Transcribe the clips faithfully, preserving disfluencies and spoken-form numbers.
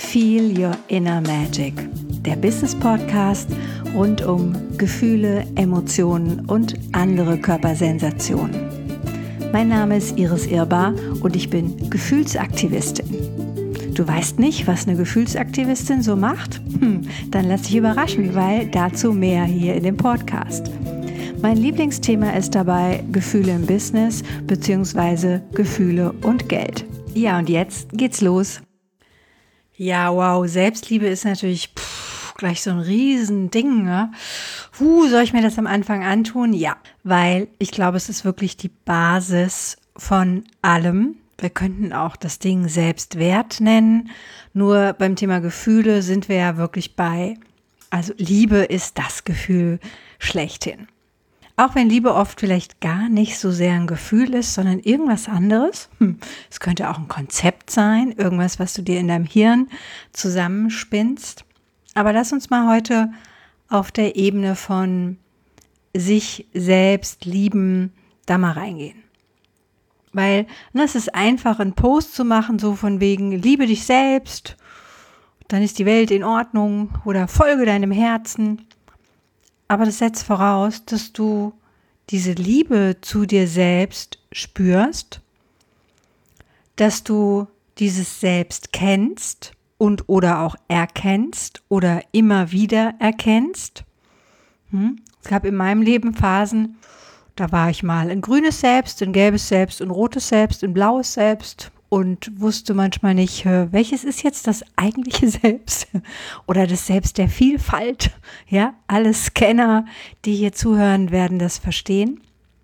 Feel Your Inner Magic, der Business-Podcast rund um Gefühle, Emotionen und andere Körpersensationen. Mein Name ist Iris Irbar und ich bin Gefühlsaktivistin. Du weißt nicht, was eine Gefühlsaktivistin so macht? Hm, dann lass dich überraschen, weil dazu mehr hier in dem Podcast. Mein Lieblingsthema ist dabei Gefühle im Business bzw. Gefühle und Geld. Ja, und jetzt geht's los. Ja, wow, Selbstliebe ist natürlich pff, gleich so ein Riesending, ne? Huh, soll ich mir das am Anfang antun? Ja, weil ich glaube, es ist wirklich die Basis von allem. Wir könnten auch das Ding Selbstwert nennen, nur beim Thema Gefühle sind wir ja wirklich bei, also Liebe ist das Gefühl schlechthin. Auch wenn Liebe oft vielleicht gar nicht so sehr ein Gefühl ist, sondern irgendwas anderes. Hm, es könnte auch ein Konzept sein, irgendwas, was du dir in deinem Hirn zusammenspinnst. Aber lass uns mal heute auf der Ebene von sich selbst lieben, da mal reingehen. Weil ne, es ist einfach, einen Post zu machen, so von wegen, liebe dich selbst, dann ist die Welt in Ordnung oder folge deinem Herzen. Aber das setzt voraus, dass du diese Liebe zu dir selbst spürst, dass du dieses Selbst kennst und oder auch erkennst oder immer wieder erkennst. Hm? Es gab in meinem Leben Phasen, da war ich mal ein grünes Selbst, ein gelbes Selbst, ein rotes Selbst, ein blaues Selbst und wusste manchmal nicht, welches ist jetzt das eigentliche Selbst oder das Selbst der Vielfalt. Ja, alle Scanner, die hier zuhören, werden das verstehen.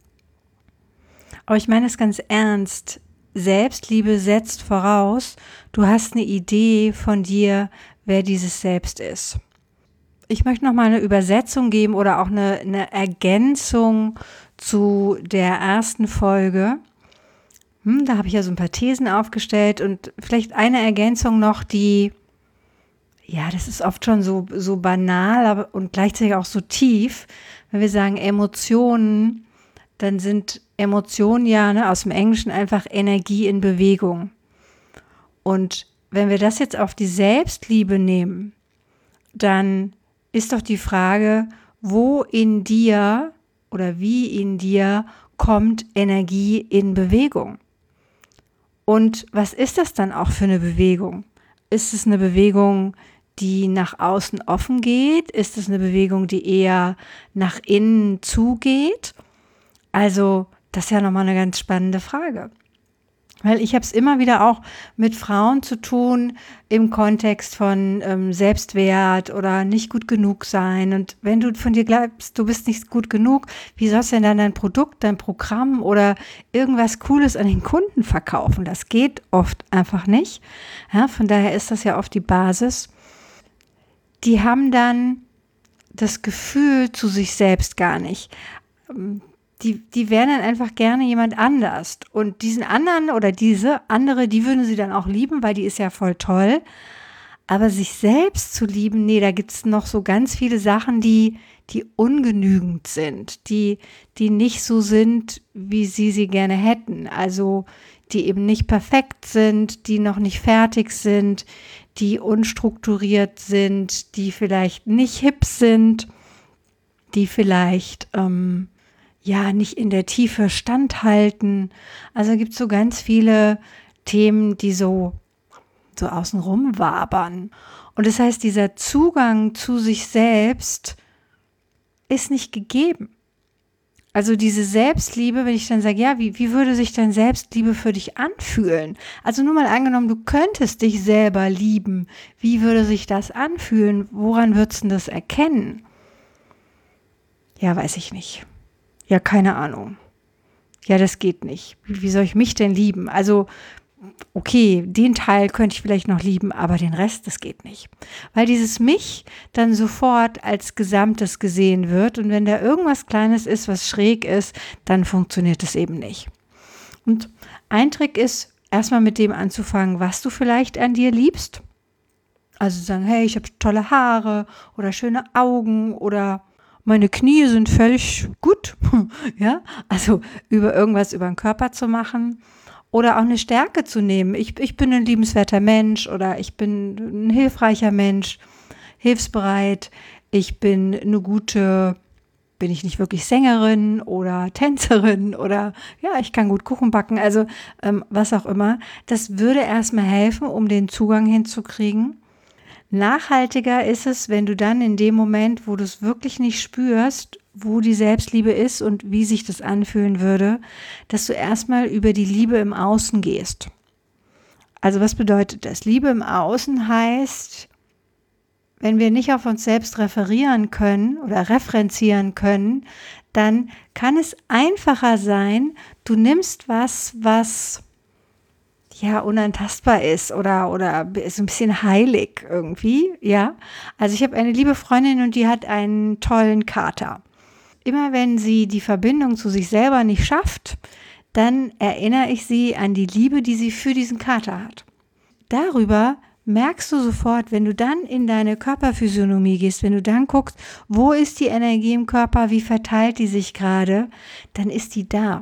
Aber ich meine es ganz ernst. Selbstliebe setzt voraus, du hast eine Idee von dir, wer dieses Selbst ist. Ich möchte noch mal eine Übersetzung geben oder auch eine, eine Ergänzung zu der ersten Folge. Hm, da habe ich ja so ein paar Thesen aufgestellt und vielleicht eine Ergänzung noch, die, ja, das ist oft schon so, so banal aber, und gleichzeitig auch so tief. Wenn wir sagen Emotionen, dann sind Emotionen ja ne, aus dem Englischen einfach Energie in Bewegung. Und wenn wir das jetzt auf die Selbstliebe nehmen, dann ist doch die Frage, wo in dir oder wie in dir kommt Energie in Bewegung? Und was ist das dann auch für eine Bewegung? Ist es eine Bewegung, die nach außen offen geht? Ist es eine Bewegung, die eher nach innen zugeht? Also das ist ja nochmal eine ganz spannende Frage. Weil ich habe es immer wieder auch mit Frauen zu tun im Kontext von ähm, Selbstwert oder nicht gut genug sein. Und wenn du von dir glaubst, du bist nicht gut genug, wie sollst du denn dann dein Produkt, dein Programm oder irgendwas Cooles an den Kunden verkaufen? Das geht oft einfach nicht. Ja, von daher ist das ja oft die Basis. Die haben dann das Gefühl zu sich selbst gar nicht. Die, die wären dann einfach gerne jemand anders. Und diesen anderen oder diese andere, die würden sie dann auch lieben, weil die ist ja voll toll. Aber sich selbst zu lieben, nee, da gibt es noch so ganz viele Sachen, die, die ungenügend sind, die, die nicht so sind, wie sie sie gerne hätten. Also die eben nicht perfekt sind, die noch nicht fertig sind, die unstrukturiert sind, die vielleicht nicht hip sind, die vielleicht ähm, ja nicht in der Tiefe standhalten. Also gibt es so ganz viele Themen, die so, so außenrum wabern. Und das heißt, dieser Zugang zu sich selbst ist nicht gegeben. Also diese Selbstliebe, wenn ich dann sage, ja, wie, wie würde sich denn Selbstliebe für dich anfühlen? Also nur mal angenommen, du könntest dich selber lieben. Wie würde sich das anfühlen? Woran würdest du das erkennen? Ja, weiß ich nicht. Ja, keine Ahnung. Ja, das geht nicht. Wie soll ich mich denn lieben? Also, okay, den Teil könnte ich vielleicht noch lieben, aber den Rest, das geht nicht. Weil dieses Mich dann sofort als Gesamtes gesehen wird und wenn da irgendwas Kleines ist, was schräg ist, dann funktioniert es eben nicht. Und ein Trick ist, erstmal mit dem anzufangen, was du vielleicht an dir liebst. Also sagen, hey, ich habe tolle Haare oder schöne Augen oder meine Knie sind völlig gut, ja, also über irgendwas über den Körper zu machen Oder auch eine Stärke zu nehmen. Ich, ich bin ein liebenswerter Mensch oder ich bin ein hilfreicher Mensch, hilfsbereit. Ich bin eine gute, bin ich nicht wirklich Sängerin oder Tänzerin oder ja, ich kann gut Kuchen backen, also ähm, was auch immer. Das würde erstmal helfen, um den Zugang hinzukriegen. Nachhaltiger ist es, wenn du dann in dem Moment, wo du es wirklich nicht spürst, wo die Selbstliebe ist und wie sich das anfühlen würde, dass du erstmal über die Liebe im Außen gehst. Also was bedeutet das? Liebe im Außen heißt, wenn wir nicht auf uns selbst referieren können oder referenzieren können, dann kann es einfacher sein, du nimmst was, was ja unantastbar ist oder oder ist ein bisschen heilig irgendwie, ja. Also ich habe eine liebe Freundin und die hat einen tollen Kater. Immer wenn sie die Verbindung zu sich selber nicht schafft, dann erinnere ich sie an die Liebe, die sie für diesen Kater hat. Darüber merkst du sofort, wenn du dann in deine Körperphysiognomie gehst, wenn du dann guckst, wo ist die Energie im Körper, wie verteilt die sich gerade, dann ist die da.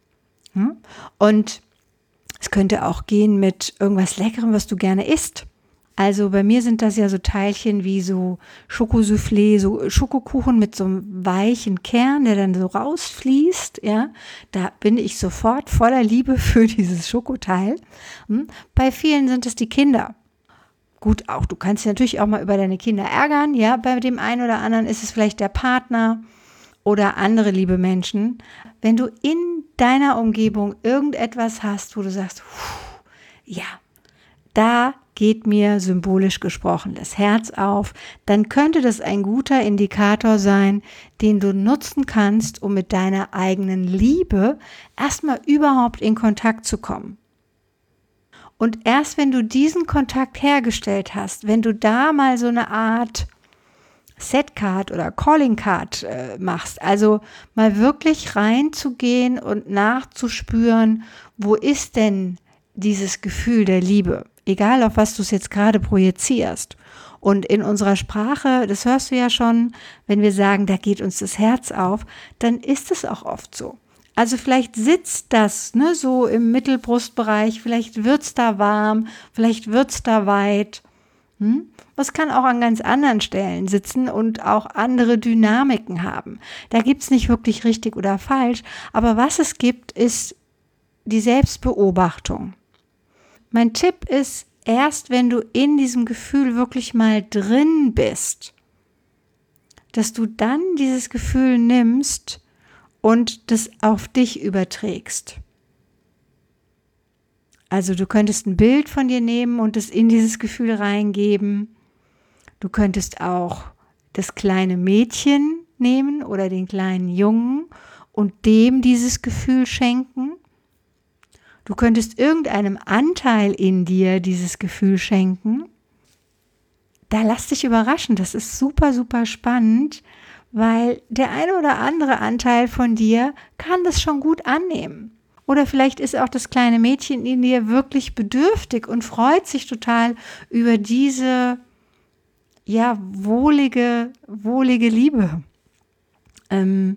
Und es könnte auch gehen mit irgendwas Leckerem, was du gerne isst. Also bei mir sind das ja so Teilchen wie so Schokosoufflé, so Schokokuchen mit so einem weichen Kern, der dann so rausfließt. Ja, da bin ich sofort voller Liebe für dieses Schokoteil. Bei vielen sind es die Kinder. Gut, auch du kannst dich natürlich auch mal über deine Kinder ärgern. Ja, bei dem einen oder anderen ist es vielleicht der Partner oder andere liebe Menschen. Wenn du in deiner Umgebung irgendetwas hast, wo du sagst, ja, da geht mir symbolisch gesprochen das Herz auf, dann könnte das ein guter Indikator sein, den du nutzen kannst, um mit deiner eigenen Liebe erstmal überhaupt in Kontakt zu kommen. Und erst wenn du diesen Kontakt hergestellt hast, wenn du da mal so eine Art Setcard oder Calling Card äh, machst, also mal wirklich reinzugehen und nachzuspüren, wo ist denn dieses Gefühl der Liebe, egal auf was du es jetzt gerade projizierst. Und in unserer Sprache, das hörst du ja schon, wenn wir sagen, da geht uns das Herz auf, dann ist es auch oft so. Also vielleicht sitzt das ne, so im Mittelbrustbereich, vielleicht wird's da warm, vielleicht wird's da weit. Hm? Das kann auch an ganz anderen Stellen sitzen und auch andere Dynamiken haben. Da gibt's nicht wirklich richtig oder falsch, aber was es gibt, ist die Selbstbeobachtung. Mein Tipp ist, erst wenn du in diesem Gefühl wirklich mal drin bist, dass du dann dieses Gefühl nimmst und das auf dich überträgst. Also du könntest ein Bild von dir nehmen und es in dieses Gefühl reingeben. Du könntest auch das kleine Mädchen nehmen oder den kleinen Jungen und dem dieses Gefühl schenken. Du könntest irgendeinem Anteil in dir dieses Gefühl schenken. Da lass dich überraschen, das ist super, super spannend, weil der eine oder andere Anteil von dir kann das schon gut annehmen. Oder vielleicht ist auch das kleine Mädchen in dir wirklich bedürftig und freut sich total über diese, ja, wohlige, wohlige Liebe. Ähm,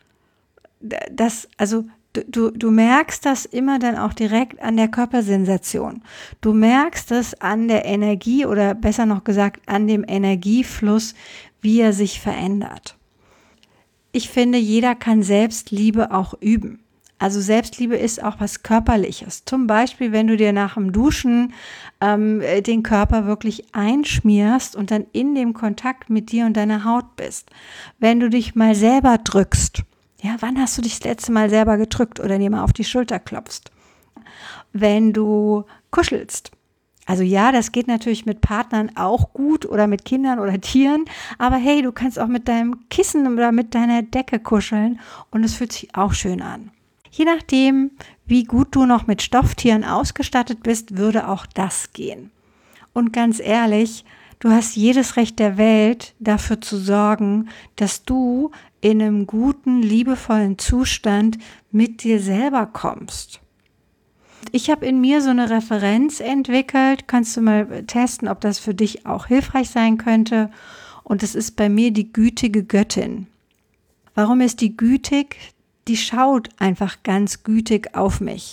das, also Du, du merkst das immer dann auch direkt an der Körpersensation. Du merkst es an der Energie oder besser noch gesagt an dem Energiefluss, wie er sich verändert. Ich finde, jeder kann Selbstliebe auch üben. Also Selbstliebe ist auch was Körperliches. Zum Beispiel, wenn du dir nach dem Duschen ähm, den Körper wirklich einschmierst und dann in dem Kontakt mit dir und deiner Haut bist. Wenn du dich mal selber drückst. Ja, wann hast du dich das letzte Mal selber gedrückt oder dir mal auf die Schulter klopfst? Wenn du kuschelst. Also ja, das geht natürlich mit Partnern auch gut oder mit Kindern oder Tieren, aber hey, du kannst auch mit deinem Kissen oder mit deiner Decke kuscheln und es fühlt sich auch schön an. Je nachdem, wie gut du noch mit Stofftieren ausgestattet bist, würde auch das gehen. Und ganz ehrlich, du hast jedes Recht der Welt, dafür zu sorgen, dass du in einem guten, liebevollen Zustand mit dir selber kommst. Ich habe in mir so eine Referenz entwickelt, kannst du mal testen, ob das für dich auch hilfreich sein könnte. Und das ist bei mir die gütige Göttin. Warum ist die gütig? Die schaut einfach ganz gütig auf mich.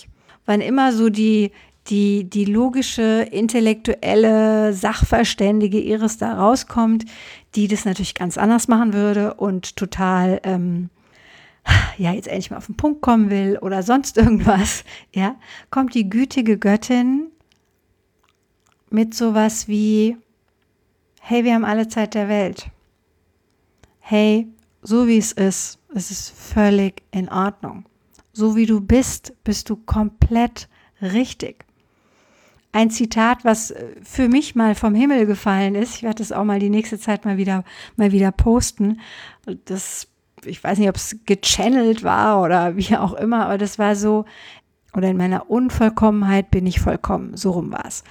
wann immer so die, die, die logische, intellektuelle, sachverständige Iris da rauskommt, die das natürlich ganz anders machen würde und total, ähm, ja, jetzt endlich mal auf den Punkt kommen will oder sonst irgendwas, ja, kommt die gütige Göttin mit sowas wie, hey, wir haben alle Zeit der Welt. Hey, so wie es ist, es ist völlig in Ordnung. So wie du bist, bist du komplett richtig. Ein Zitat, was für mich mal vom Himmel gefallen ist, ich werde das auch mal die nächste Zeit mal wieder, mal wieder posten. Das, ich weiß nicht, ob es gechannelt war oder wie auch immer, aber das war so, oder in meiner Unvollkommenheit bin ich vollkommen, so rum war es.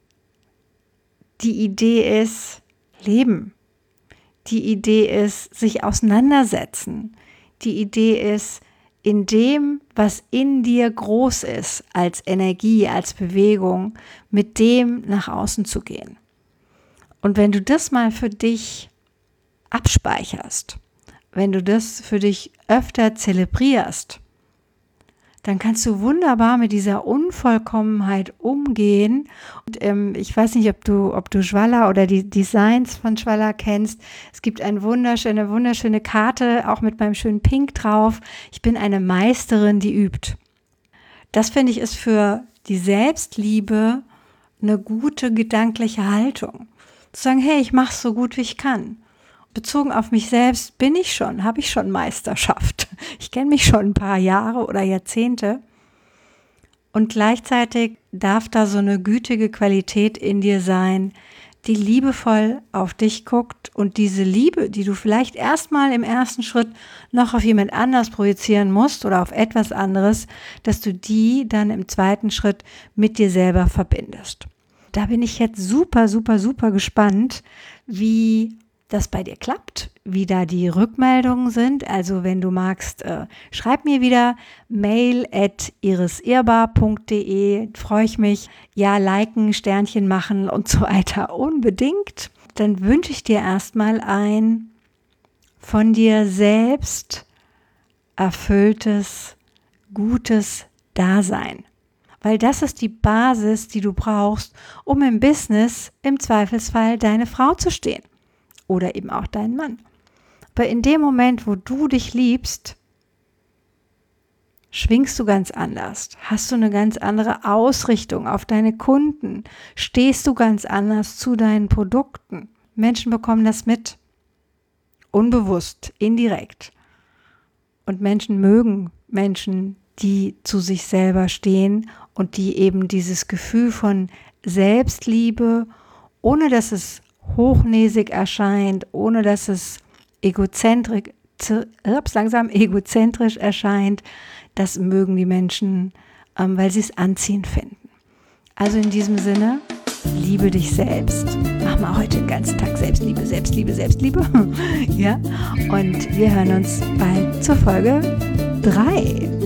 Die Idee ist Leben. Die Idee ist sich auseinandersetzen. Die Idee ist, in dem, was in dir groß ist, als Energie, als Bewegung, mit dem nach außen zu gehen. Und wenn du das mal für dich abspeicherst, wenn du das für dich öfter zelebrierst, dann kannst du wunderbar mit dieser Unvollkommenheit umgehen. Und ähm, ich weiß nicht, ob du, ob du Schwalla oder die Designs von Schwalla kennst. Es gibt eine wunderschöne, wunderschöne Karte, auch mit meinem schönen Pink drauf. Ich bin eine Meisterin, die übt. Das finde ich ist für die Selbstliebe eine gute gedankliche Haltung. Zu sagen, hey, ich mache es so gut, wie ich kann. Bezogen auf mich selbst bin ich schon, habe ich schon Meisterschaft. Ich kenne mich schon ein paar Jahre oder Jahrzehnte und gleichzeitig darf da so eine gütige Qualität in dir sein, die liebevoll auf dich guckt und diese Liebe, die du vielleicht erstmal im ersten Schritt noch auf jemand anders projizieren musst oder auf etwas anderes, dass du die dann im zweiten Schritt mit dir selber verbindest. Da bin ich jetzt super, super, super gespannt, wie das bei dir klappt, wie da die Rückmeldungen sind. Also wenn du magst, äh, schreib mir wieder mail at irisirbar punkt de, freue ich mich. Ja, liken, Sternchen machen und so weiter unbedingt. Dann wünsche ich dir erstmal ein von dir selbst erfülltes, gutes Dasein. Weil das ist die Basis, die du brauchst, um im Business im Zweifelsfall deine Frau zu stehen. Oder eben auch deinen Mann. Aber in dem Moment, wo du dich liebst, schwingst du ganz anders. Hast du eine ganz andere Ausrichtung auf deine Kunden. Stehst du ganz anders zu deinen Produkten. Menschen bekommen das mit. Unbewusst, indirekt. Und Menschen mögen Menschen, die zu sich selber stehen und die eben dieses Gefühl von Selbstliebe, ohne dass es hochnäsig erscheint, ohne dass es egozentrisch, langsam egozentrisch erscheint, das mögen die Menschen, ähm, weil sie es anziehend finden. Also in diesem Sinne, liebe dich selbst. Mach mal heute den ganzen Tag Selbstliebe, Selbstliebe, Selbstliebe. Ja? Und wir hören uns bald zur Folge drei.